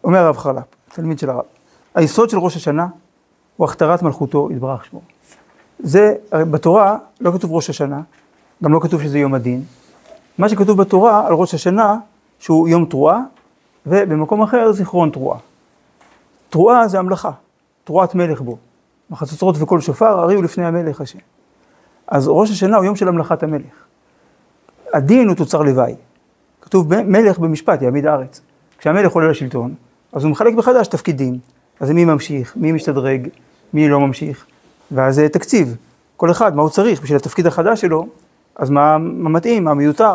אומר הרב חרל"פ, תלמיד של הרב, היסוד של ראש השנה הוא הכתרת מלכותו יתברך שמו. זה, בתורה לא כתוב ראש השנה, גם לא כתוב שזה יום הדין. מה שכתוב בתורה על ראש השנה, שהוא יום תרועה, ובמקום אחר זיכרון תרועה. תרועה זה המלאכה, תרועת מלך בו. מחצוצרות וכל שופר, הריעו לפני המלך השם. אז ראש השנה הוא יום של המלאכת המלך. הדין הוא תוצר לוואי. כתוב מלך במשפט, יעמיד הארץ. כשהמלך עולה לשלטון, אז הוא מחלק מחדש תפקידים. אז מי ממשיך, מי משתדרג, מי לא ממשיך. ואז זה תקציב. כל אחד, מה הוא צריך בשביל התפקיד החדש שלו, אז מה מתאים, מה מיותר.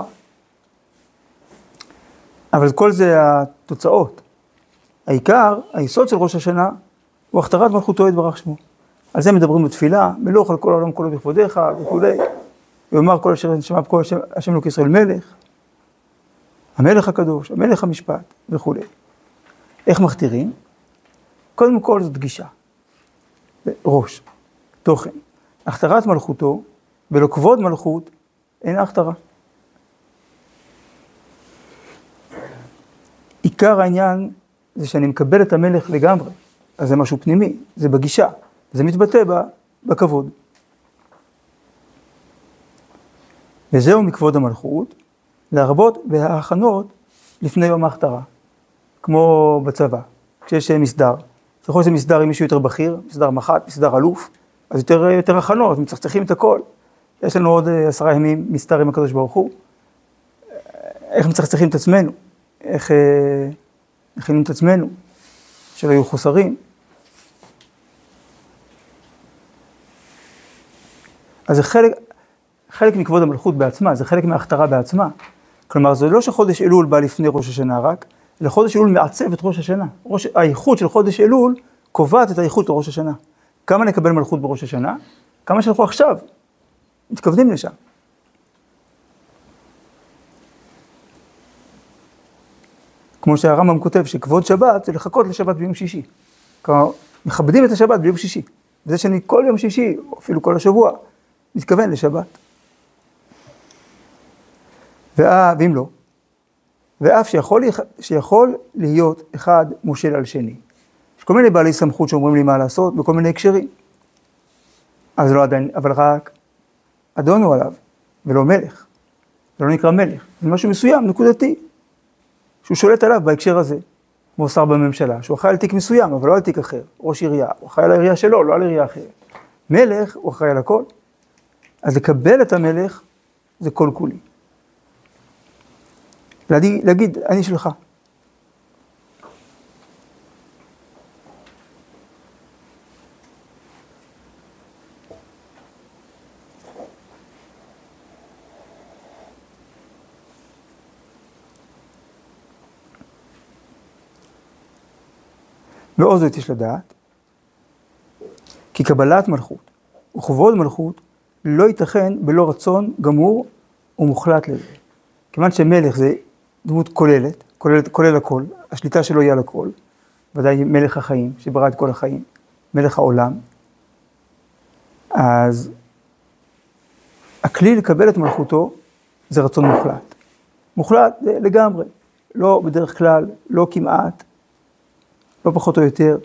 אבל כל זה התוצאות. העיקר, היסוד של ראש השנה, הוא הכתרת מלכותו יתברך שמו. על זה מדברים בתפילה, מלוך על כל העולם כולו בכבודיך וכו'. ואומר כל אשר נשמע בכל השם אלוקי ישראל מלך, המלך הקדוש, המלך המשפט וכו'. איך מכתירים? קודם כל זאת גישה, ראש, תוכן. הכתרת מלכותו, ולא כבוד מלכות, אין הכתרה. עיקר העניין זה שאני מקבל את המלך לגמרי, אז זה משהו פנימי, זה בגישה, זה מתבטא בכבוד. וזהו מכבוד המלכות, להרבות בהכנות לפני יום ההכתרה, כמו בצבא, כשיש מסדר. זה יכול להיות מסדר עם מישהו יותר בכיר, מסדר מח"ט, מסדר אלוף, אז יותר הכנות, מצחצחים את הכל. יש לנו עוד 10 ימים מסדר עם הקדוש ברוך הוא. איך מצחצחים את עצמנו? איך מכינים את עצמנו? שלא יהיו חוסרים. אז זה חלק מכבוד המלכות בעצמה, זה חלק מההכתרה בעצמה. כלומר, זה לא שחודש אלול בא לפני ראש השנה רק, אלא חודש אלול מעצב את ראש השנה. האיכות של חודש אלול קובעת את האיכות לראש השנה. כמה נקבל מלכות בראש השנה? כמה שאנחנו עכשיו מתכוונים לשם. כמו שהרמב"ם כותב שכבוד שבת זה לחכות לשבת ביום שישי. כלומר, מכבדים את השבת ביום שישי. וזה שאני כל יום שישי, או אפילו כל השבוע, מתכוון לשבת. ואם לא, ואף שיכול להיות אחד מושל על שני. יש כל מיני בעלי סמכות שאומרים לי מה לעשות, בכל מיני הקשרים. אז לא עדיין, אבל רק אדון הוא עליו, ולא מלך. זה לא נקרא מלך, זה משהו מסוים, נקודתי, שהוא שולט עליו בהקשר הזה, כמו שר בממשלה, שהוא אחראי על תיק מסוים, אבל לא על תיק אחר, ראש עירייה, הוא אחראי על העירייה שלו, לא על עירייה אחרת. מלך, הוא אחראי על הכל. אז לקבל את המלך, זה כל כולי. להגיד, אני שלך. ועוד זאת יש לדעת, כי קבלת מלכות וכבוד מלכות לא ייתכן בלא רצון גמור ומוחלט לזה. כיוון שמלך זה דמות כולל הכל, השליטה שלו היא על הכל, ודאי מלך החיים, שברא את כל החיים, מלך העולם. אז הכלי לקבל את מלכותו זה רצון מוחלט. מוחלט לגמרי, לא בדרך כלל, לא כמעט, לא פחות או יותר,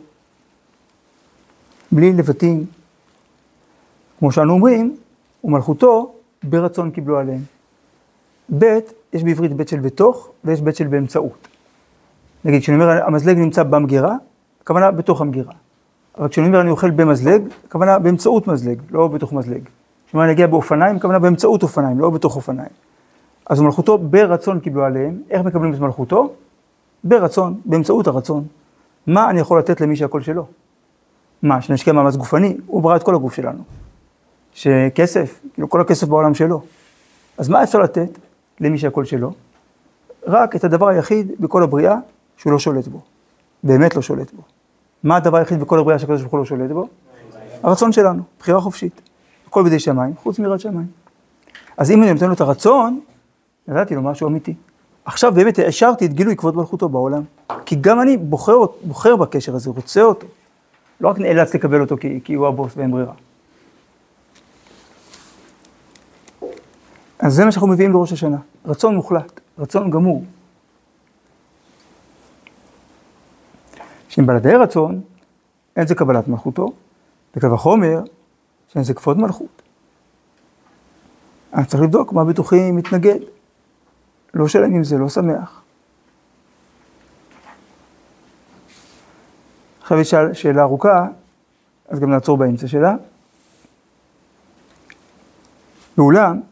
בלי לבטים, כמו שאנו אומרים, ומלכותו ברצון קיבלו עליהם. בית, יש בעברית בית של בתוך, ויש בית של באמצעות. נגיד, כשאני אומר, המזלג נמצא במגירה, הכוונה בתוך המגירה. אבל כשאני אומר, אני אוכל במזלג, הכוונה באמצעות מזלג, לא בתוך מזלג. כשאני נגיע באופניים, הכוונה באמצעות אופניים, לא בתוך אופניים. אז מלכותו ברצון קיבלו עליהם. איך מקבלים את מלכותו? ברצון, באמצעות הרצון. מה אני יכול לתת למי שהכל שלו? מה, שנשקיע מאמץ גופני? הוא ברא את כל הגוף שלנו. שכסף, כאילו כל הכסף בעולם שלו. אז מה אפשר לתת למי שהכל שלו? רק את הדבר היחיד בכל הבריאה שהוא לא שולט בו. באמת לא שולט בו. מה הדבר היחיד בכל הבריאה שהקדוש ברוך הוא לא שולט בו? הרצון שלנו, בחירה חופשית. הכל בידי שמיים, חוץ מיראת שמיים. אז אם אני נותן לו את הרצון, נתתי לו משהו אמיתי. עכשיו באמת השארתי את גילוי כבוד מלכותו בעולם. כי גם אני בוחר בקשר הזה, רוצה אותו. לא רק נאלץ לקבל אותו כי הוא הבוס ואין ברירה. אז זה מה שאנחנו מביאים לראש השנה. רצון מוחלט, רצון גמור. שהם בלעדי רצון, אין זה קבלת מלכותו, וקל וחומר, שאין זה כפות מלכות. אני צריך לבדוק מה בתוכי מתנגד. לא שלם עם זה, לא שמח. עכשיו יש שאלה ארוכה, אז גם נעצור באמצע שלה. ואולם,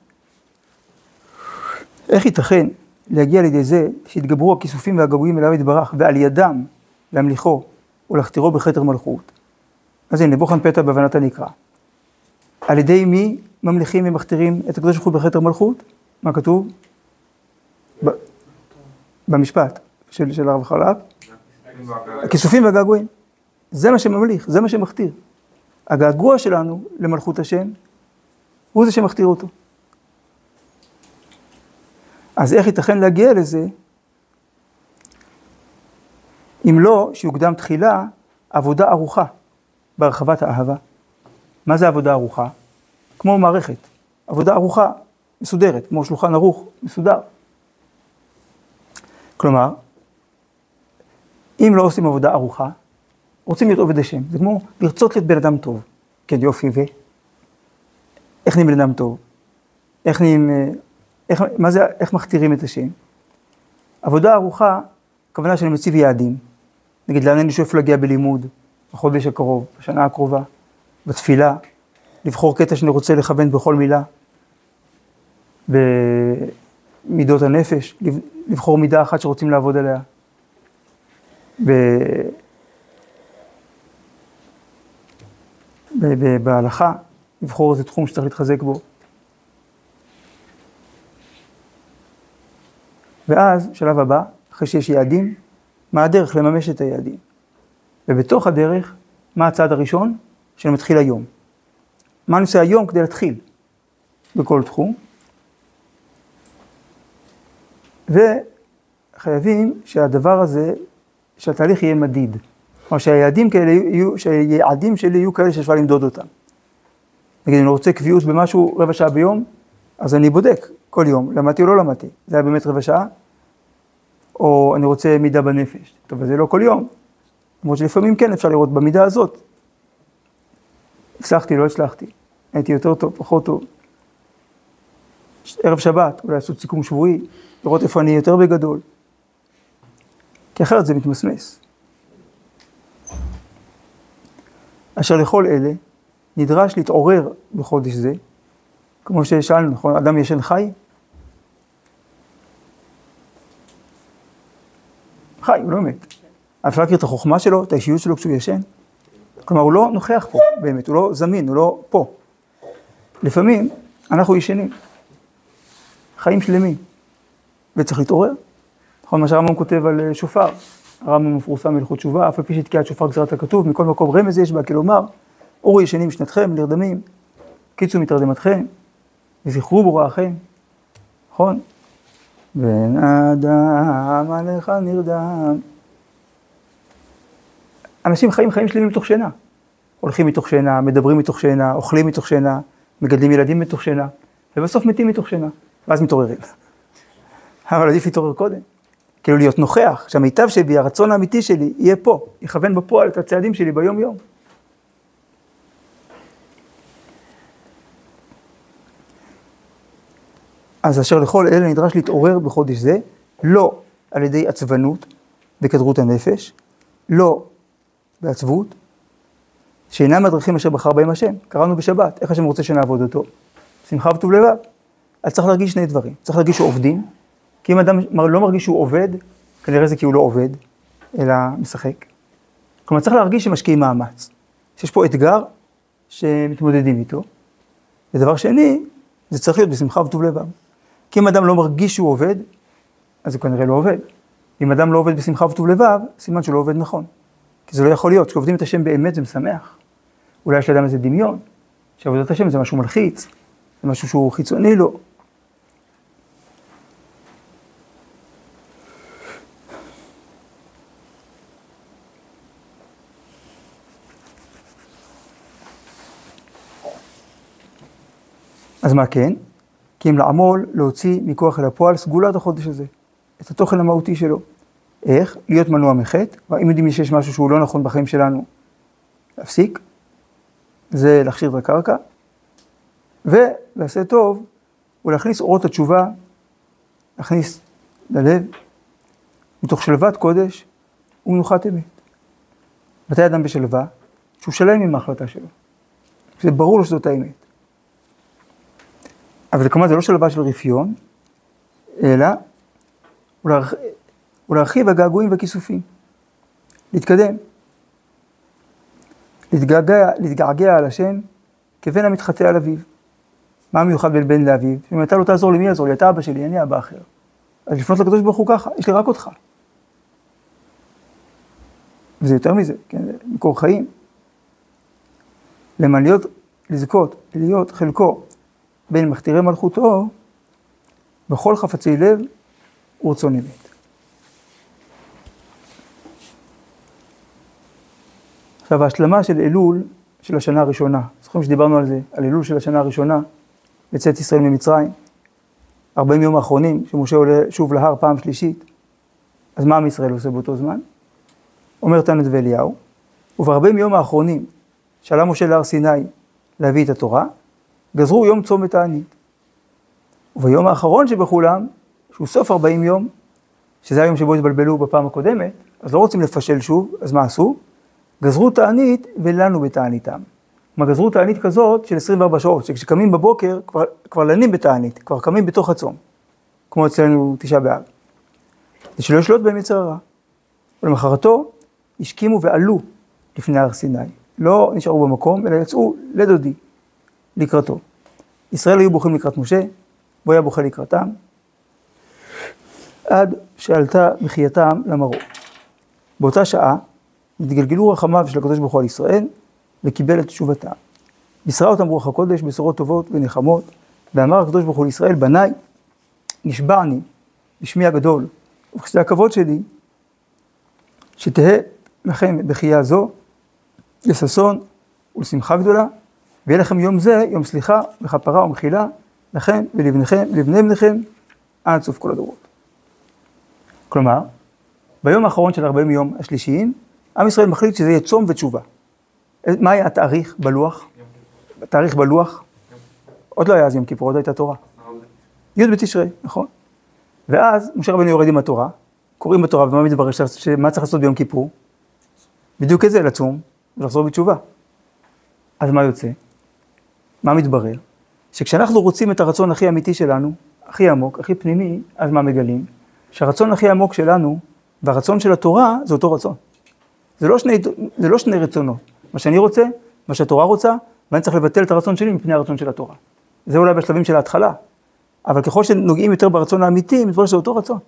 איך ייתכן להגיע לידי זה שהתגברו הכיסופים והגעגועים אליו יתברך ועל ידם להמליכו ולהכתירו בכתר מלכות? אז הנה, בוחן פתע בהבנת הנקרא. על ידי מי ממליכים ומכתירים את הקדוש ברוך הוא בכתר מלכות? מה כתוב? במשפט של הרב חלק. הכיסופים והגעגועים. זה מה שממליך, זה מה שמכתיר. הגעגוע שלנו למלכות השם, הוא זה שמכתיר אותו. אז איך ייתכן להגיע לזה, אם לא שיוקדם תחילה עבודה ארוכה בהרחבת האהבה? מה זה עבודה ארוכה? כמו מערכת, עבודה ארוכה, מסודרת, כמו שולחן ערוך, מסודר. כלומר, אם לא עושים עבודה ארוכה, רוצים להיות עובד השם. זה כמו לרצות להיות בן אדם טוב. כן, יופי, איך נהיים בן אדם טוב? איך מכתירים את השם? עבודה ארוכה, הכוונה שאני מציב יעדים. נגיד, לאן אני שואף להגיע בלימוד, בחודש הקרוב, בשנה הקרובה, בתפילה, לבחור קטע שאני רוצה לכוון בכל מילה, במידות הנפש, לבחור מידה אחת שרוצים לעבוד עליה, בהלכה, לבחור איזה תחום שצריך להתחזק בו. ואז, שלב הבא, אחרי שיש יעדים, מה הדרך לממש את היעדים? ובתוך הדרך, מה הצעד הראשון? שאני מתחיל היום. מה אני עושה היום כדי להתחיל בכל תחום? וחייבים שהדבר הזה, שהתהליך יהיה מדיד. כלומר שהיעדים שלי יהיו כאלה שאפשר למדוד אותם. נגיד, אני רוצה קביעות במשהו רבע שעה ביום, אז אני בודק כל יום, למדתי או לא למדתי. זה היה באמת רבע שעה? או אני רוצה מידה בנפש. טוב, אז זה לא כל יום. למרות שלפעמים כן אפשר לראות במידה הזאת. הצלחתי, לא הצלחתי. הייתי יותר טוב, פחות טוב. ערב שבת, אולי לעשות סיכום שבועי, לראות איפה אני יותר בגדול. כי אחרת זה מתמסמס. אשר לכל אלה נדרש להתעורר בחודש זה, כמו ששאלנו, נכון? אדם ישן חי? חי, הוא לא מת. אפשר להכיר את החוכמה שלו, את האישיות שלו כשהוא ישן. כלומר, הוא לא נוכח פה, באמת, הוא לא זמין, הוא לא פה. לפעמים אנחנו ישנים, חיים שלמים, וצריך להתעורר. נכון, מה שהרמב"ם כותב על שופר, הרמב"ם מפורסם בהלכות תשובה, אף על פי שתקיעת שופר גזירת הכתוב, מכל מקום רמז יש בה, כלומר, אורו ישנים שנתכם, נרדמים, קיצו מתרדמתכם, וזכרו בוראכם, נכון? בן אדם עליך נרדם. אנשים חיים שלמים מתוך שינה. הולכים מתוך שינה, מדברים מתוך שינה, אוכלים מתוך שינה, מגדלים ילדים מתוך שינה, ובסוף מתים מתוך שינה, ואז מתעוררים. אבל עדיף להתעורר קודם. כאילו להיות נוכח, שהמיטב שבי, הרצון האמיתי שלי, יהיה פה, יכוון בפועל את הצעדים שלי ביום יום. אז אשר לכל אלה נדרש להתעורר בחודש זה, לא על ידי עצבנות וכדרות הנפש, לא בעצבות, שאינם הדרכים אשר בחר בהם השם. קראנו בשבת, איך השם רוצה שנעבוד אותו? שמחה וטוב לבב. אז צריך להרגיש שני דברים. צריך להרגיש שהוא עובדים, כי אם אדם לא מרגיש שהוא עובד, כנראה זה כי הוא לא עובד, אלא משחק. כלומר, צריך להרגיש שמשקיעים מאמץ. שיש פה אתגר שמתמודדים איתו. ודבר שני, זה צריך להיות בשמחה וטוב לבב. כי אם אדם לא מרגיש שהוא עובד, אז הוא כנראה לא עובד. אם אדם לא עובד בשמחה וטוב לבב, סימן שהוא לא עובד נכון. כי זה לא יכול להיות. כשעובדים את השם באמת זה משמח. אולי יש לאדם איזה דמיון, שעבודת השם זה משהו מלחיץ, זה משהו שהוא חיצוני לו. אז מה כן? כי אם לעמול, להוציא מכוח אל הפועל סגולת החודש הזה, את התוכן המהותי שלו, איך? להיות מנוע מחטא. אם יודעים שיש משהו שהוא לא נכון בחיים שלנו, להפסיק. זה להכשיר את הקרקע. ולעשה טוב, ולהכניס אורות התשובה, להכניס ללב, מתוך שלוות קודש ומנוחת אמת. מתי אדם בשלווה? שהוא שלם עם ההחלטה שלו. זה ברור לו שזאת האמת. אבל כמובן זה לא שלווה של רפיון, אלא ולהרחיב הגעגועים והכיסופים. להתקדם. להתגעגע על השם כבן המתחטא על אביו. מה מיוחד בין בן לאביו? אם אתה לא תעזור לי, מי יעזור לי? אתה אבא שלי, אני אבא אחר. אז לפנות לקדוש ברוך הוא ככה, יש לי רק אותך. וזה יותר מזה, כן? זה מקור חיים. למען לזכות, להיות חלקו בין מכתירי מלכותו, בכל חפצי לב ורצון אמת. עכשיו, ההשלמה של אלול של השנה הראשונה, זוכרים שדיברנו על זה, על אלול של השנה הראשונה, לצאת ישראל ממצרים, 40 יום האחרונים, שמשה עולה שוב להר פעם שלישית, אז מה עם ישראל עושה באותו זמן? אומר תנת ואליהו, וב-40 יום האחרונים, שעלה משה להר סיני להביא את התורה, גזרו יום צום ותענית. וביום האחרון שבכולם, שהוא סוף 40 יום, שזה היום שבו התבלבלו בפעם הקודמת, אז לא רוצים לפשל שוב, אז מה עשו? גזרו תענית ולנו בתעניתם. כלומר, גזרו תענית כזאת של 24 שעות, שכשקמים בבוקר כבר לנים בתענית, כבר קמים בתוך הצום, כמו אצלנו 9 באב. זה שלא ישלוט בהם יצר הרע. ולמחרתו השכימו ועלו לפני הר סיני. לא נשארו במקום, אלא יצאו לדודי, לקראתו. ישראל היו בוכים לקראת משה, והוא היה בוכה לקראתם, עד שעלתה מחייתם למרום. באותה שעה, התגלגלו רחמיו של הקדוש ברוך הוא על ישראל, וקיבל את תשובתם. בישרה אותם רוח הקודש, בשורות טובות ונחמות, ואמר הקדוש ברוך הוא לישראל, בניי, נשבעני בשמי הגדול, ובחסדי הכבוד שלי, שתהא לכם בחייה זו, לששון ולשמחה גדולה, ויהיה לכם יום זה, יום סליחה וכפרה ומחילה, לכם ולבניכם ולבני בניכם, עד סוף כל הדורות. כלומר, ביום האחרון של 40 יום השלישיים, עם ישראל מחליט שזה יהיה צום ותשובה. מה היה התאריך בלוח? התאריך בלוח? עוד לא היה אז יום כיפור, עוד הייתה תורה. י' בתשרי, נכון? ואז משה רבנו יורד עם התורה, קוראים בתורה, ומה מתברר שמה צריך לעשות ביום כיפור? בדיוק את זה, לצום ולחזור בתשובה. אז מה יוצא? מה מתברר? שכשאנחנו רוצים את הרצון הכי אמיתי שלנו, הכי עמוק, הכי פנימי, אז מה מגלים? שהרצון הכי עמוק שלנו והרצון של התורה זה אותו רצון. זה לא שני רצונות. מה שאני רוצה, מה שהתורה רוצה, ואני צריך לבטל את הרצון שלי מפני הרצון של התורה. זה אולי בשלבים של ההתחלה. אבל ככל שנוגעים יותר ברצון האמיתי, מתברר שזה אותו רצון.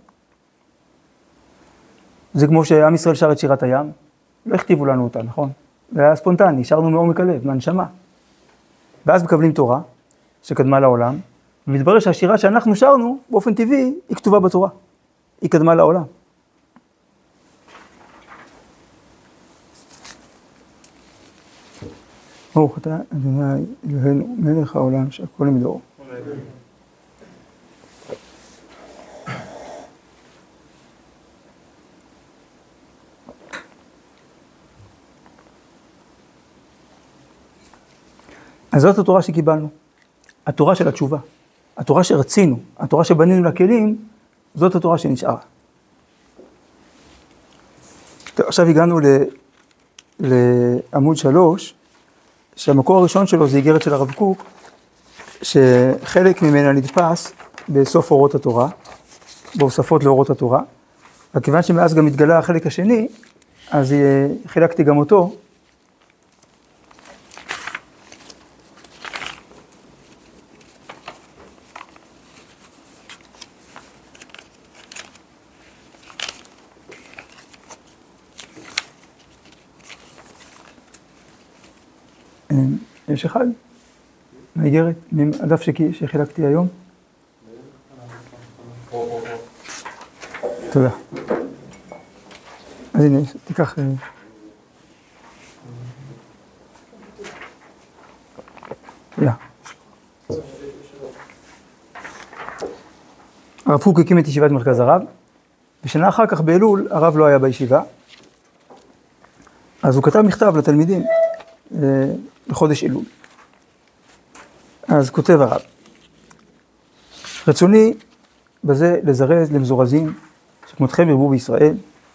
זה כמו שעם ישראל שר את שירת הים, לא הכתיבו לנו אותה, נכון? זה היה ספונטני, שרנו מעומק הלב, מהנשמה. ואז מקבלים תורה, שקדמה לעולם, ומתברר שהשירה שאנחנו שרנו, באופן טבעי, היא כתובה בתורה. היא קדמה לעולם. ברוך אתה, אדוני אלוהינו, מלך העולם, שהכל מדורו. אז זאת התורה שקיבלנו, התורה של התשובה, התורה שרצינו, התורה שבנינו לכלים, זאת התורה שנשארה. טוב, עכשיו הגענו לעמוד 3, שהמקור הראשון שלו זה איגרת של הרב קוק, שחלק ממנה נדפס בסוף אורות התורה, בהוספות לאורות התורה, וכיוון שמאז גם התגלה החלק השני, אז חילקתי גם אותו, יש אחד, מהאיגרת, מהדף שחילקתי היום. תודה. אז הנה, תיקח... תודה. הרב קוק הקים את ישיבת מרכז הרב, ושנה אחר כך באלול הרב לא היה בישיבה, אז הוא כתב מכתב לתלמידים לחודש אלול. אז כותב הרב, רצוני בזה לזרז למזורזים שכמותכם ירבו בישראל,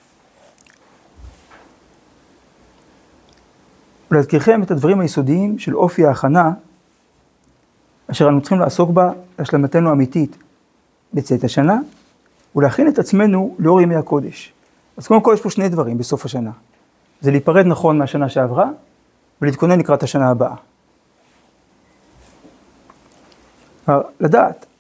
ולהזכירכם את הדברים היסודיים של אופי ההכנה, אשר אנו צריכים לעסוק בה להשלמתנו האמיתית בצאת השנה, ולהכין את עצמנו לאור ימי הקודש. אז קודם כל יש פה שני דברים בסוף השנה. זה להיפרד נכון מהשנה שעברה, ולהתכונן לקראת השנה הבאה. לדעת,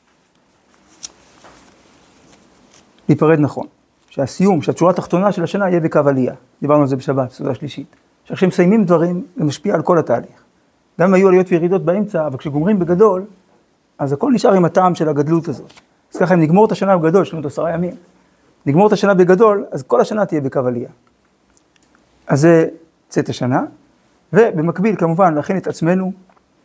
להיפרד נכון, שהסיום, שהצורה התחתונה של השנה יהיה בקו עלייה. דיברנו על זה בשבת, סעודה שלישית. כשהם מסיימים דברים, זה משפיע על כל התהליך. גם אם היו עליות וירידות באמצע, אבל כשגומרים בגדול, אז הכל נשאר עם הטעם של הגדלות הזאת. אז ככה, אם נגמור את השנה בגדול, יש לנו 10 ימים, נגמור את השנה בגדול, אז כל השנה תהיה בקו עלייה. אז זה צאת השנה, ובמקביל, כמובן, להכין את עצמנו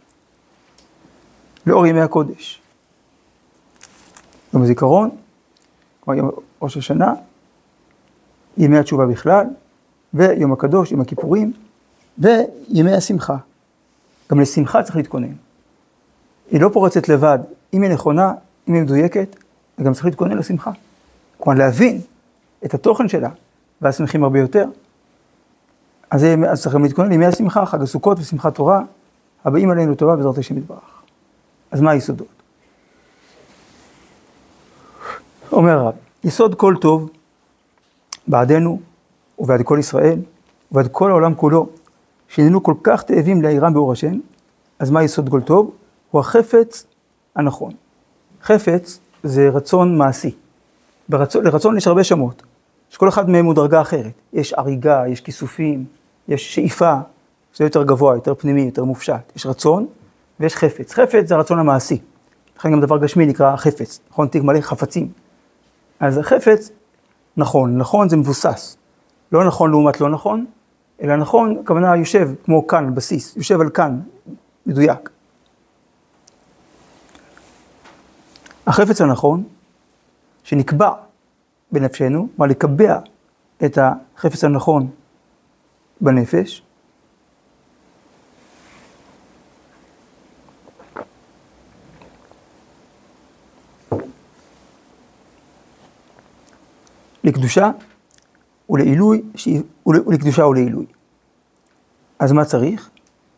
לאור ימי הקודש. יום הזיכרון, יום ראש השנה, ימי התשובה בכלל, ויום הקדוש, יום הכיפורים, וימי השמחה. גם לשמחה צריך להתכונן. היא לא פורצת לבד, אם היא נכונה, אם היא מדויקת, וגם צריך להתכונן לשמחה. כלומר, להבין את התוכן שלה, ואז שמחים הרבה יותר. אז צריכים להתכונן לימי השמחה, חג הסוכות ושמחת תורה, הבאים עלינו טובה בעזרת השם יתברך. אז מה היסודות? אומר הרב, יסוד כל טוב בעדנו ובעד כל ישראל ובעד כל העולם כולו, שהננו כל כך תאבים להירם באור השם, אז מה יסוד כל טוב? הוא החפץ הנכון. חפץ זה רצון מעשי. לרצון יש הרבה שמות, שכל אחד מהם הוא דרגה אחרת. יש הריגה, יש כיסופים, יש שאיפה, זה יותר גבוה, יותר פנימי, יותר מופשט. יש רצון ויש חפץ. חפץ זה הרצון המעשי. לכן גם דבר גשמי נקרא חפץ. נכון, תיק מלא חפצים. אז החפץ נכון, נכון זה מבוסס. לא נכון לעומת לא נכון, אלא נכון, הכוונה יושב כמו כאן, בסיס, יושב על כאן, מדויק. החפץ הנכון, שנקבע בנפשנו, מה לקבע את החפץ הנכון בנפש, לקדושה ולעילוי, לקדושה ולעילוי. אז מה צריך?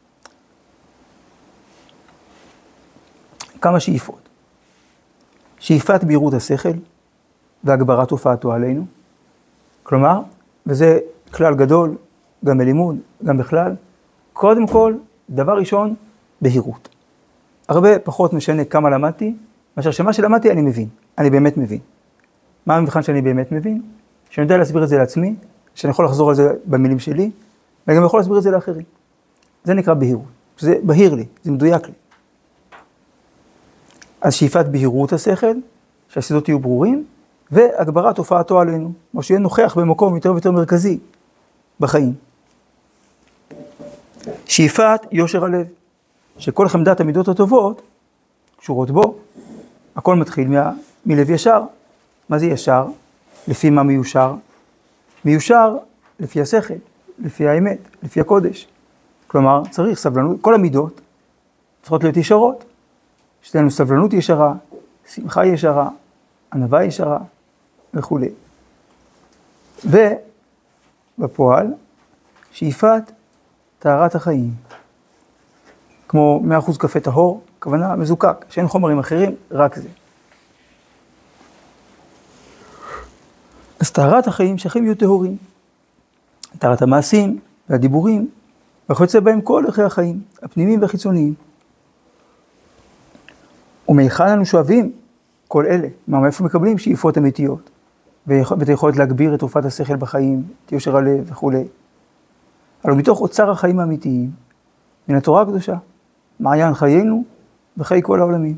כמה שאיפות. שאיפת בהירות השכל והגברת הופעתו עלינו. כלומר, וזה כלל גדול, גם בלימוד, גם בכלל, קודם כל, דבר ראשון, בהירות. הרבה פחות משנה כמה למדתי, מאשר שמה שלמדתי אני מבין, אני באמת מבין. מה המבחן שאני באמת מבין? שאני יודע להסביר את זה לעצמי, שאני יכול לחזור על זה במילים שלי, ואני גם יכול להסביר את זה לאחרים. זה נקרא בהירות. זה בהיר לי, זה מדויק לי. אז שאיפת בהירות השכל, שהסידות יהיו ברורים, והגברת הופעתו עלינו, כמו שיהיה נוכח במקום יותר ויותר מרכזי בחיים. שאיפת יושר הלב, שכל חמדת המידות הטובות קשורות בו, הכל מתחיל מלב ישר. מה זה ישר? לפי מה מיושר? מיושר לפי השכל, לפי האמת, לפי הקודש. כלומר, צריך סבלנות, כל המידות צריכות להיות ישרות. יש לנו סבלנות ישרה, שמחה ישרה, ענווה ישרה וכו'. ובפועל, שאיפת טהרת החיים. כמו 100% קפה טהור, כוונה מזוקק, שאין חומרים אחרים, רק זה. אז טהרת החיים שהחיים יהיו טהורים. טהרת המעשים והדיבורים, וכיוצא בהם כל ערכי החיים, הפנימיים והחיצוניים. ומהיכן אנו שואבים כל אלה, מאיפה מקבלים שאיפות אמיתיות, ואת היכולת להגביר את תרופת השכל בחיים, את יושר הלב וכו'. אבל מתוך אוצר החיים האמיתיים, מן התורה הקדושה, מעיין חיינו וחיי כל העולמים.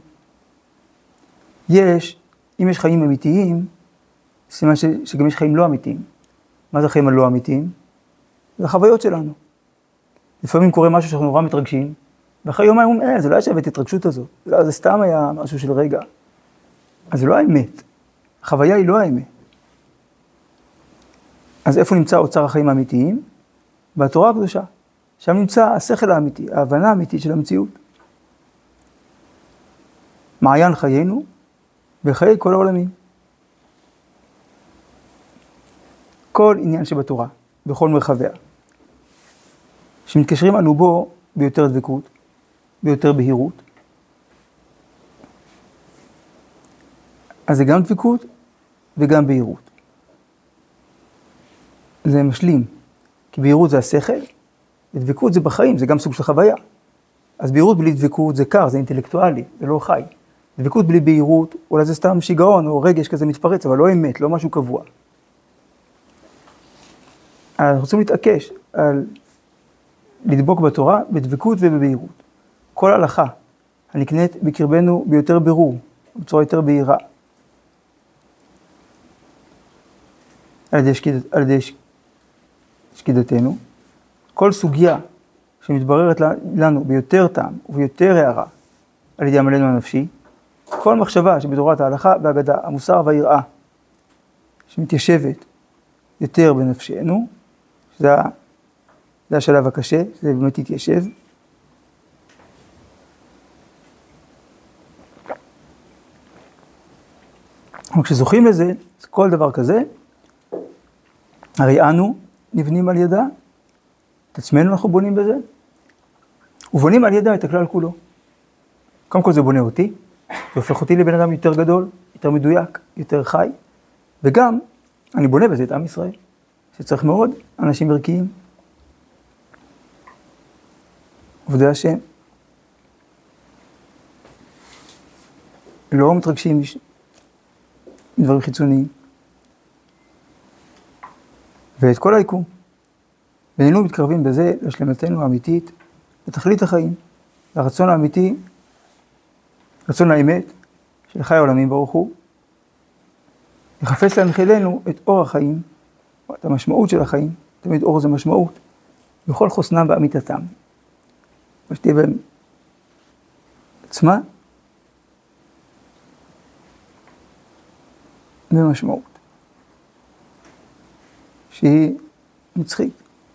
אם יש חיים אמיתיים, סימן שגם יש חיים לא אמיתיים. מה זה חיים הלא אמיתיים? זה החוויות שלנו. לפעמים קורה משהו שאנחנו נורא מתרגשים, ואחרי יומיים אומרים, זה לא היה שווה את התרגשות הזאת, זה סתם היה משהו של רגע. אז זה לא האמת. החוויה היא לא האמת. אז איפה נמצא אוצר החיים האמיתיים? בתורה הקדושה. שם נמצא השכל האמיתי, ההבנה האמיתית של המציאות. מעיין חיינו וחיי כל העולמים. כל עניין שבתורה, בכל מרחביה, שמתקשרים אנו בו ביותר דבקות, ביותר בהירות, אז זה גם דבקות וגם בהירות. זה משלים, כי בהירות זה השכל, ודבקות זה בחיים, זה גם סוג של חוויה. אז בהירות בלי דבקות זה קר, זה אינטלקטואלי, זה לא חי. דבקות בלי בהירות, אולי זה סתם שיגעון או רגש כזה מתפרץ, אבל לא אמת, לא משהו קבוע. אנחנו רוצים להתעקש על לדבוק בתורה בדבקות ובבהירות. כל הלכה הנקנית בקרבנו ביותר ברור, בצורה יותר בהירה. על ידי שקידתנו, כל סוגיה שמתבררת לנו ביותר טעם וביותר הערה על ידי עמלנו הנפשי, כל מחשבה שבתורת ההלכה והאגדה, המוסר והיראה, שמתיישבת יותר בנפשנו, שזה השלב הקשה, שזה באמת יתיישב. וכשזוכים לזה, כל דבר כזה, הרי אנו נבנים על ידה, את עצמנו אנחנו בונים בזה, ובונים על ידה את הכלל כולו. קודם כל זה בונה אותי, זה הופך אותי לבן אדם יותר גדול, יותר מדויק, יותר חי, וגם אני בונה בזה את עם ישראל, שצריך מאוד אנשים ערכיים. עובדי השם. לא מתרגשים מדברים חיצוניים. ואת כל היקום. ואיננו מתקרבים בזה לשלמתנו האמיתית, לתכלית החיים, לרצון האמיתי, רצון האמת, של חי העולמים ברוך הוא, לחפש להנחילנו את אור החיים, את המשמעות של החיים, תמיד אור זה משמעות, בכל חוסנם ואמיתתם. ושתהיה בהם עצמה ומשמעות, שהיא נצחית.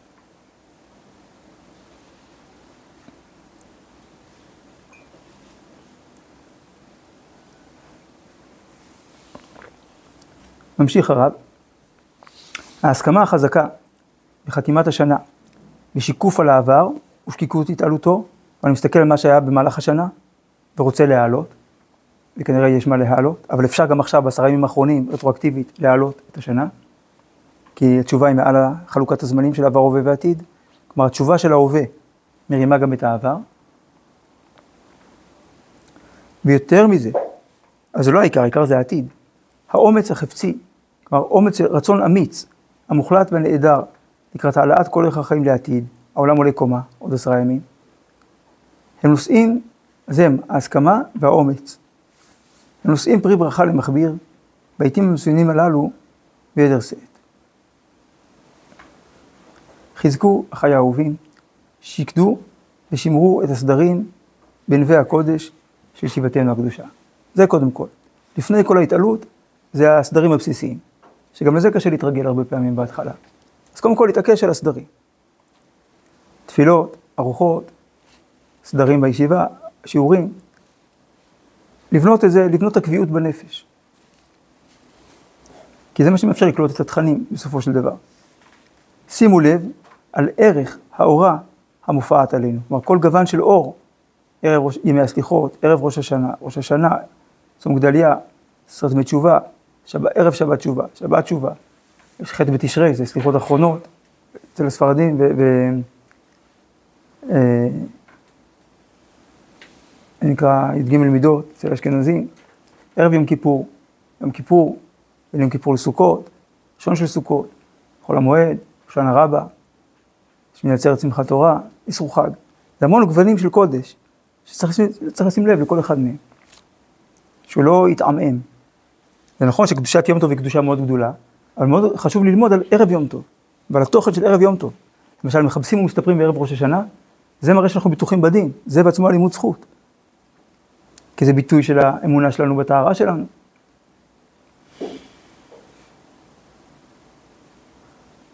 ממשיך הרב, ההסכמה החזקה בחתימת השנה, בשיקוף על העבר ושקיקות התעלותו, ואני מסתכל על מה שהיה במהלך השנה ורוצה להעלות, וכנראה יש מה להעלות, אבל אפשר גם עכשיו ב10 ימים האחרונים רטרואקטיבית להעלות את השנה, כי התשובה היא מעל חלוקת הזמנים של עבר, הווה ועתיד, כלומר התשובה של ההווה מרימה גם את העבר, ויותר מזה, אז זה לא העיקר, העיקר זה העתיד, האומץ החפצי, כלומר אומץ רצון אמיץ, המוחלט והנעדר, לקראת העלאת כל ערך החיים לעתיד, העולם עולה קומה, עוד 10 ימים, הם נושאים, אז הם ההסכמה והאומץ, הם נושאים פרי ברכה למחביר, בעיתים המסוינים הללו ביתר שאת. חזקו אחי האהובים, שיקדו ושמרו את הסדרים בנבי הקודש של שיבתנו הקדושה. זה קודם כל. לפני כל ההתעלות, זה הסדרים הבסיסיים, שגם לזה קשה להתרגל הרבה פעמים בהתחלה. אז קודם כל להתעקש על הסדרים. תפילות, ארוחות, סדרים בישיבה, שיעורים. לבנות את זה, לבנות את הקביעות בנפש. כי זה מה שמאפשר לקלוט את התכנים בסופו של דבר. שימו לב על ערך האורה המופעת עלינו. כלומר, כל גוון של אור, ימי הסליחות, ערב ראש השנה, צום גדליה, עשרת ימי תשובה, ערב שבת תשובה, שבת תשובה. יש חטא בתשרי, זה סליחות אחרונות, אצל הספרדים נקרא י"ג מידות, אצל האשכנזים. ערב יום כיפור, בין יום כיפור לסוכות, ראשון של סוכות, חול המועד, שנה רבה, שמיני עצרת שמחת תורה, איסור חג. זה המון גוונים של קודש, שצריך לשים לב לכל אחד מהם, שהוא לא יתעמם. זה נכון שקדושת יום טוב היא קדושה מאוד גדולה, אבל מאוד חשוב ללמוד על ערב יום טוב, ועל התוכן של ערב יום טוב. למשל, מחפשים ומסתפרים בערב ראש השנה, זה מראה שאנחנו בטוחים בדין, זה בעצמו לימוד זכות. כי זה ביטוי של האמונה שלנו בטהרה שלנו.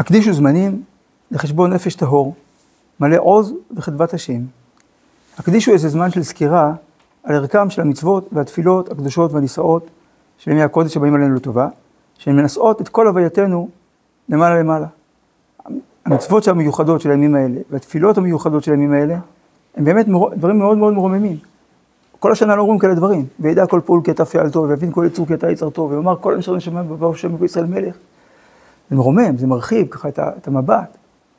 הקדישו זמנים לחשבון נפש טהור, מלא עוז וחדבת השם. הקדישו איזה זמן של סקירה על ערכם של המצוות והתפילות הקדושות והנישאות של ימי הקודש שבאים עלינו לטובה, שהן מנסות את כל הווייתנו למעלה למעלה. המצוות המיוחדות של הימים האלה והתפילות המיוחדות של הימים האלה, הם באמת דברים מאוד מאוד מרוממים. כל השנה לא אומרים כאלה דברים, וידע כל פעול כי אתה פעל טוב, ויבין כל יצור כי אתה יצר טוב, ויאמר כל הנשאר נשמה בבאו שם בישראל מלך. זה מרומם, זה מרחיב ככה את המבט.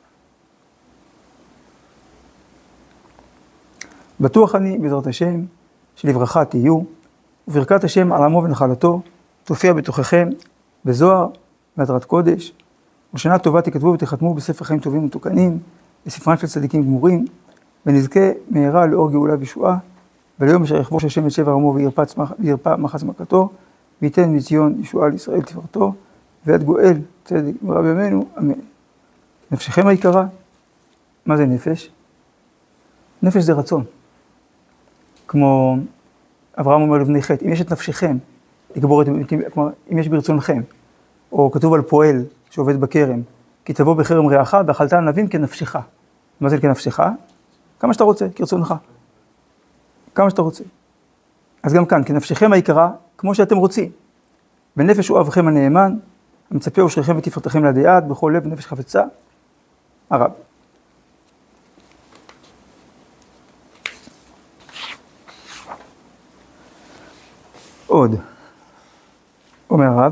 בטוח אני, בעזרת השם, שלברכה תהיו, וברכת השם על עמו ונחלתו, תופיע בתוככם, בזוהר, בהדרת קודש, ושנה טובה תכתבו ותחתמו בספר חיים טובים ומתוקנים, בספרם של צדיקים גמורים, ונזכה מהרה לאור גאולה וישועה, וליום אשר יכבוש השם את שבר עמו וירפא מחץ מכתו, וייתן מציון ישועה לישראל תפארתו, ועד גואל צדק במהרה בימינו, אמן. נפשכם היקרה, מה זה נפש? נפש זה רצון. כמו אברהם אומר לבני חטא, אם יש את נפשכם, כלומר, אם יש ברצונכם, או כתוב על פועל שעובד בכרם, כי תבוא בכרם רעך ואכלת ענבים כנפשך. מה זה כנפשך? כמה שאתה רוצה, כרצונך. כמה שאתה רוצה. אז גם כאן, כנפשכם היקרה, כמו שאתם רוצים. בנפש הוא אבכם הנאמן, המצפה אושריכם ותפארתכם לעדי עד, בכל לב ונפש חפצה, הרב. עוד, אומר הרב,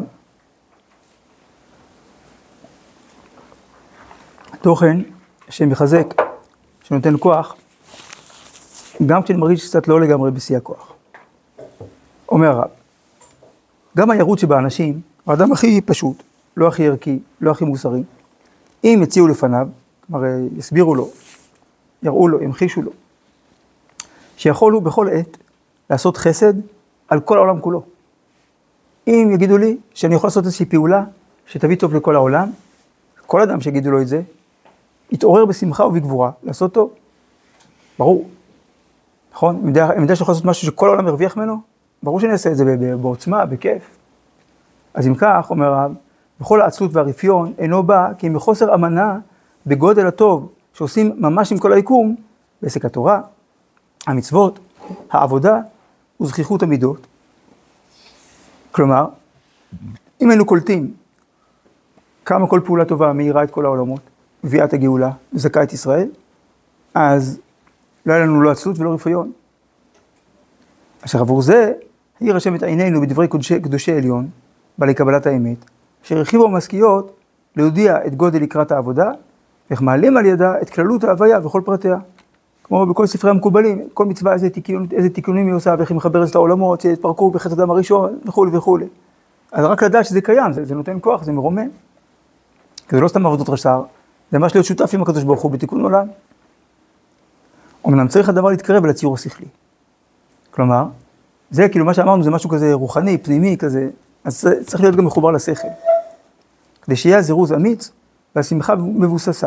תוכן שמחזק, שנותן כוח, גם כשאני מרגיש קצת לא לגמרי בשיא הכוח. אומר הרב, גם הירות שבאנשים, האדם הכי פשוט, לא הכי ערכי, לא הכי מוסרי, אם יציעו לפניו, כלומר יסבירו לו, יראו לו, ימחישו לו, שיכולו בכל עת לעשות חסד על כל העולם כולו. אם יגידו לי שאני יכול לעשות איזושהי פעולה שתביא טוב לכל העולם, כל אדם שיגידו לו את זה, יתעורר בשמחה ובגבורה לעשות טוב. ברור. נכון? אם יודע שיכול לעשות משהו שכל העולם ירוויח ממנו, ברור שאני אעשה את זה בעוצמה, בכיף. אז אם כך, אומר הרב, בכל העצלות והרפיון אינו בא כי אם בחוסר אמנה בגודל הטוב שעושים ממש עם כל היקום, בעסק התורה, המצוות, העבודה וזכיחות המידות. כלומר, אם היינו קולטים כמה כל פעולה טובה מאירה את כל העולמות, מביאה את הגאולה, זכה את ישראל, אז לא היה לנו לא עצלות ולא רפיון. אשר עבור זה, העיר השם את עינינו בדברי קדושי עליון, בעלי קבלת האמת, אשר הרחיבו המשכיות להודיע את גודל לקראת העבודה, ואיך מעלים על ידה את כללות ההוויה וכל פרטיה. כמו בכל ספרי המקובלים, כל מצווה איזה תיקונים היא עושה, ואיך היא מחברת את העולמות, שהתפרקו בחטא אדם הראשון, וכו' וכו'. אז רק לדעת שזה קיים, זה נותן כוח, זה מרומם. כי זה לא סתם עבודות רש"ר, זה ממש להיות שותף עם הקדוש ברוך הוא בתיקון עולם. אמנם צריך הדבר להתקרב אל הציור השכלי. כלומר, זה כאילו מה שאמרנו, זה משהו כזה רוחני, פנימי כזה, אז צריך להיות גם מחובר לשכל. כדי שיהיה זירוז אמיץ, והשמחה מבוססה.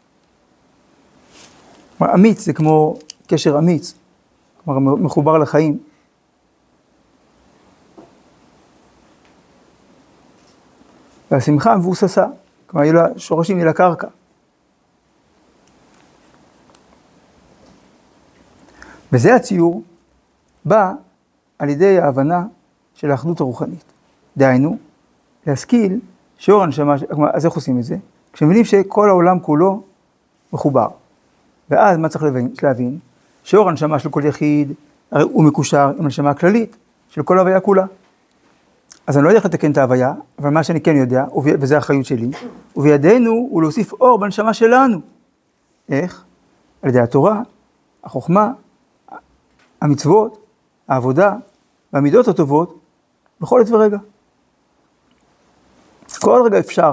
כלומר, אמיץ זה כמו קשר אמיץ, כלומר, מחובר לחיים. והשמחה מבוססה, כלומר, יהיו לה שורשים, יהיו לה קרקע. וזה הציור בא על ידי ההבנה של האחדות הרוחנית. דהיינו, להשכיל שאור הנשמה, אז איך עושים את זה? כשמבינים שכל העולם כולו מחובר. ואז מה צריך להבין? שאור הנשמה של כל יחיד, הרי הוא מקושר עם הנשמה הכללית של כל ההוויה כולה. אז אני לא יודע איך לתקן את ההוויה, אבל מה שאני כן יודע, וזה האחריות שלי, ובידינו הוא להוסיף אור בנשמה שלנו. איך? על ידי התורה, החוכמה, המצוות, העבודה, והמידות הטובות, בכל עת ורגע. כל רגע אפשר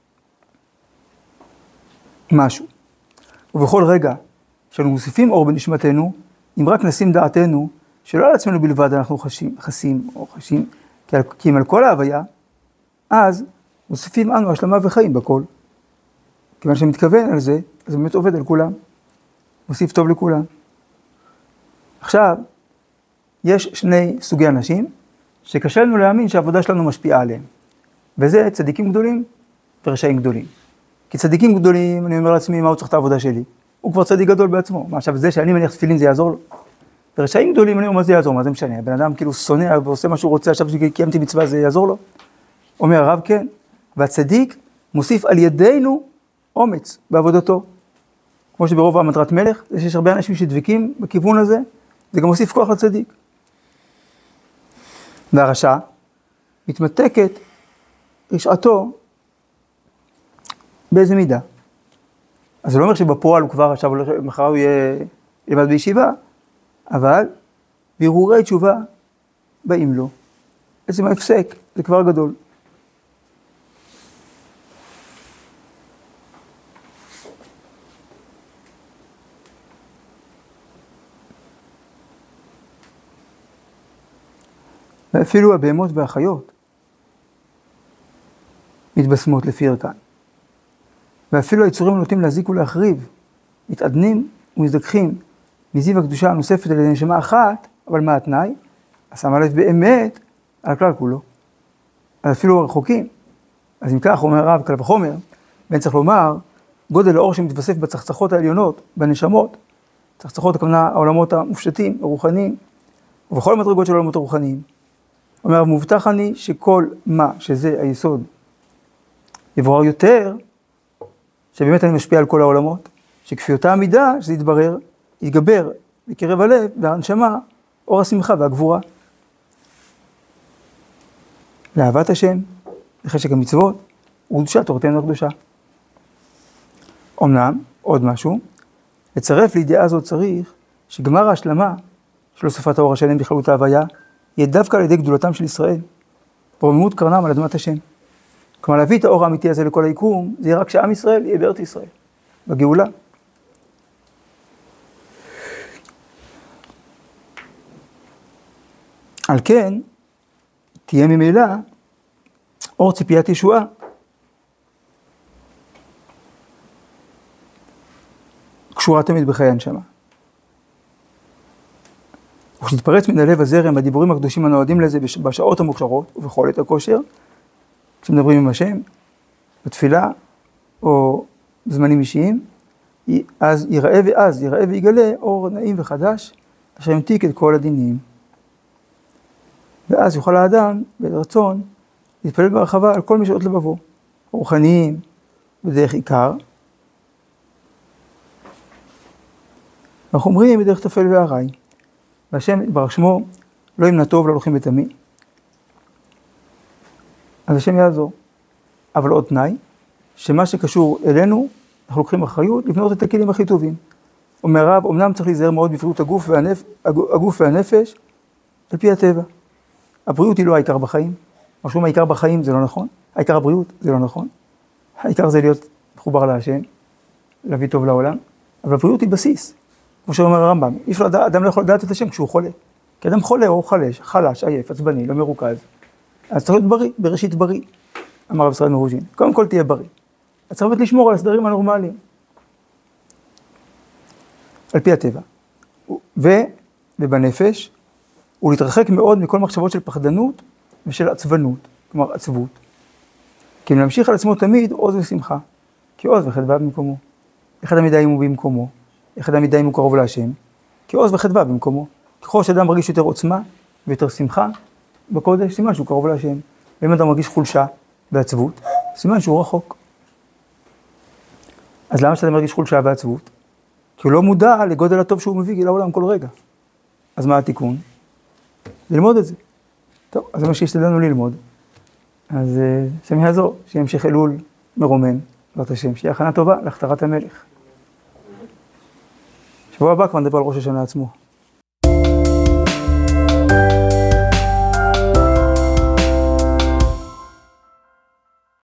משהו. ובכל רגע, כשאנו מוסיפים אור בנשמתנו, אם רק נשים דעתנו, שלא על עצמנו בלבד אנחנו חשים, כי אם על כל ההוויה, אז מוסיפים אנו השלמה וחיים בכל. כיוון שמתכוון על זה, אז באמת עובד על כולם. מוסיף טוב לכולם. עכשיו, יש שני סוגי אנשים שקשה לנו להאמין שהעבודה שלנו משפיעה עליהם. וזה צדיקים גדולים ורשעים גדולים. כי צדיקים גדולים, אני אומר לעצמי, מה הוא צריך את העבודה שלי? הוא כבר צדיק גדול בעצמו. מה עכשיו, זה שאני מניח תפילין זה יעזור לו? ורשעים גדולים, אני אומר, מה זה יעזור? מה זה משנה? הבן אדם כאילו שונא ועושה מה שהוא רוצה, עכשיו שקיימתי מצווה, זה יעזור לו? אומר הרב, כן. והצדיק מוסיף על ידינו אומץ בעבודתו. כמו שברוב המטרת מלך, זה שיש הרבה אנשים שדבקים בכיוון הזה, זה גם מוסיף כוח לצדיק. והרשע מתמתקת רשעתו באיזה מידה. אז זה לא אומר שבפועל הוא כבר עכשיו, מחר הוא יהיה לבד בישיבה, אבל בהרהורי תשובה באים לו. עצם ההפסק, זה כבר גדול. ואפילו הבהמות והחיות מתבשמות לפי ערכן. ואפילו היצורים הנוטים להזיק ולהחריב, מתעדנים ומזדככים מזיו הקדושה הנוספת על ידי נשמה אחת, אבל מה התנאי? השמה לב באמת על הכלל כולו. אז אפילו הרחוקים. אז אם כך, אומר הרב, קל וחומר, ואין צריך לומר, גודל האור שמתווסף בצחצחות העליונות, בנשמות, צחצחות הכוונה העולמות המופשטים, הרוחניים, ובכל המדרגות של העולמות הרוחניים. אומר, מובטח אני שכל מה שזה היסוד יבורר יותר, שבאמת אני משפיע על כל העולמות, שכפיותה המידה, שזה יתברר, יתגבר בקרב הלב והנשמה, אור השמחה והגבורה. לאהבת השם, לחשק המצוות, וקדושה תורתנו הקדושה. אמנם, עוד משהו, לצרף לידיעה הזאת צריך שגמר ההשלמה של הוספת האור השלם בכללות ההוויה, יהיה דווקא על ידי גדולתם של ישראל, ורוממות קרנם על אדמת השם. כלומר, להביא את האור האמיתי הזה לכל היקום, זה יהיה רק שעם ישראל יהיה בארץ ישראל, בגאולה. על כן, תהיה ממילא אור ציפיית ישועה. קשורה תמיד בחיי הנשמה. וכשתתפרץ מן הלב הזרם הדיבורים הקדושים הנועדים לזה בשעות המוכשרות ובכל עת הכושר, כשמדברים עם השם, בתפילה או בזמנים אישיים, אז יראה ויגלה אור נעים וחדש, אשר ימתיק את כל הדינים. ואז יוכל האדם, ברצון, להתפלל ברחבה על כל משעות לבבו, רוחניים בדרך עיקר, והחומריים בדרך תפל והרי. והשם יתברך שמו לא ימנע טוב להולכים בתמי. אז השם יעזור. אבל עוד תנאי, שמה שקשור אלינו, אנחנו לוקחים אחריות לבנות את הכלים הכי טובים. אומר הרב, אמנם צריך להיזהר מאוד בבריאות הגוף והנפש, על פי הטבע. הבריאות היא לא העיקר בחיים. משום העיקר בחיים זה לא נכון. העיקר הבריאות זה לא נכון. העיקר זה להיות מחובר להשם, להביא טוב לעולם. אבל הבריאות היא בסיס. כמו שאומר הרמב"ם, אדם לא יכול לדעת את השם כשהוא חולה. כי אדם חולה או חלש, עייף, עצבני, לא מרוכז. אז צריך להיות בריא, בראשית בריא, אמר רב ישראל מרוז'ין. קודם כל תהיה בריא. אז צריך לשמור על הסדרים הנורמליים. על פי הטבע. ובנפש, הוא להתרחק מאוד מכל מחשבות של פחדנות ושל עצבנות, כלומר עצבות. כי אם להמשיך על עצמו תמיד עוז ושמחה, כי עוז וחדווה במקומו. אחד המידעים הוא במקומו, אחד המידעים הוא קרוב להשם, כי עוז וחדווה במקומו. ככל שאדם מרגיש יותר עוצמה ויותר שמחה בקודש, סימן שהוא קרוב להשם. ואם אדם מרגיש חולשה ועצבות, סימן שהוא רחוק. אז למה שאדם מרגיש חולשה ועצבות? כי הוא לא מודע לגודל הטוב שהוא מביא לעולם כל רגע. אז מה התיקון? ללמוד את זה. טוב, אז זה מה שהשתדלנו ללמוד. אז השם יעזור, שימשיך אלול מרומם, בעזרת השם, שיהיה הכנה טובה להכתרת המלך. שבוע הבא כבר נדבר על ראש השנה עצמו.